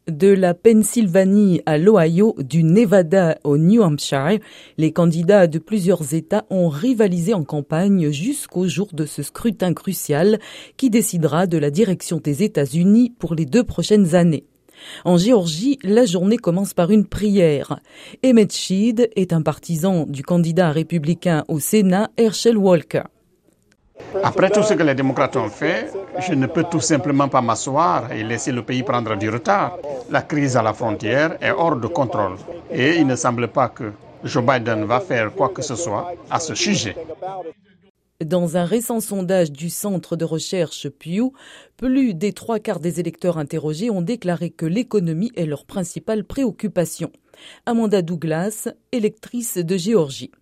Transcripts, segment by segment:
De la Pennsylvanie à l'Ohio, du Nevada au New Hampshire, les candidats de plusieurs États ont rivalisé en campagne jusqu'au jour de ce scrutin crucial qui décidera de la direction des États-Unis pour les 2 prochaines années. En Géorgie, la journée commence par une prière. Emmett Sheed est un partisan du candidat républicain au Sénat, Herschel Walker. Après tout ce que les démocrates ont fait, je ne peux tout simplement pas m'asseoir et laisser le pays prendre du retard. La crise à la frontière est hors de contrôle et il ne semble pas que Joe Biden va faire quoi que ce soit à ce sujet. Dans un récent sondage du centre de recherche Pew, plus des 3/4 des électeurs interrogés ont déclaré que l'économie est leur principale préoccupation. Amanda Douglas, électrice de Géorgie.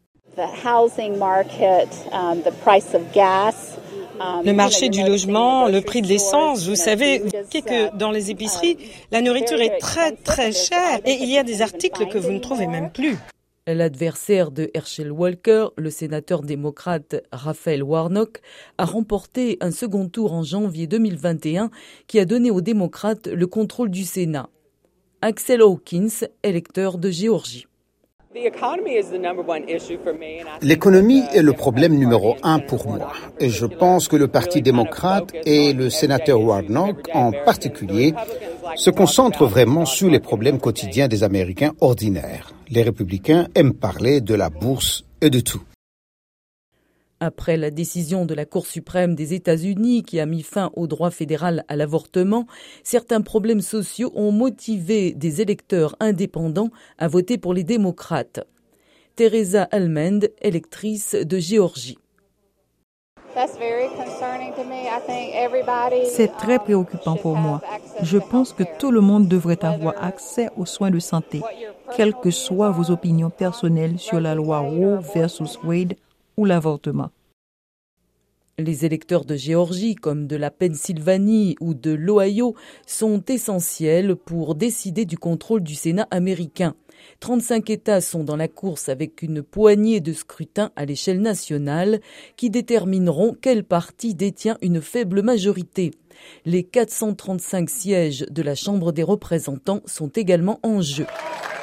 Le marché du logement, le prix de l'essence, vous savez que dans les épiceries, la nourriture est très très chère et il y a des articles que vous ne trouvez même plus. L'adversaire de Herschel Walker, le sénateur démocrate Raphaël Warnock, a remporté un second tour en janvier 2021 qui a donné aux démocrates le contrôle du Sénat. Axel Hawkins, électeur de Géorgie. L'économie est le problème numéro 1 pour moi. Et je pense que le Parti démocrate et le sénateur Warnock en particulier se concentrent vraiment sur les problèmes quotidiens des Américains ordinaires. Les républicains aiment parler de la bourse et de tout. Après la décision de la Cour suprême des États-Unis qui a mis fin au droit fédéral à l'avortement, certains problèmes sociaux ont motivé des électeurs indépendants à voter pour les démocrates. Teresa Almend, électrice de Géorgie. C'est très préoccupant pour moi. Je pense que tout le monde devrait avoir accès aux soins de santé, quelles que soient vos opinions personnelles sur la loi Roe versus Wade ou l'avortement. Les électeurs de Géorgie, comme de la Pennsylvanie ou de l'Ohio, sont essentiels pour décider du contrôle du Sénat américain. 35 États sont dans la course avec une poignée de scrutins à l'échelle nationale qui détermineront quel parti détient une faible majorité. Les 435 sièges de la Chambre des représentants sont également en jeu.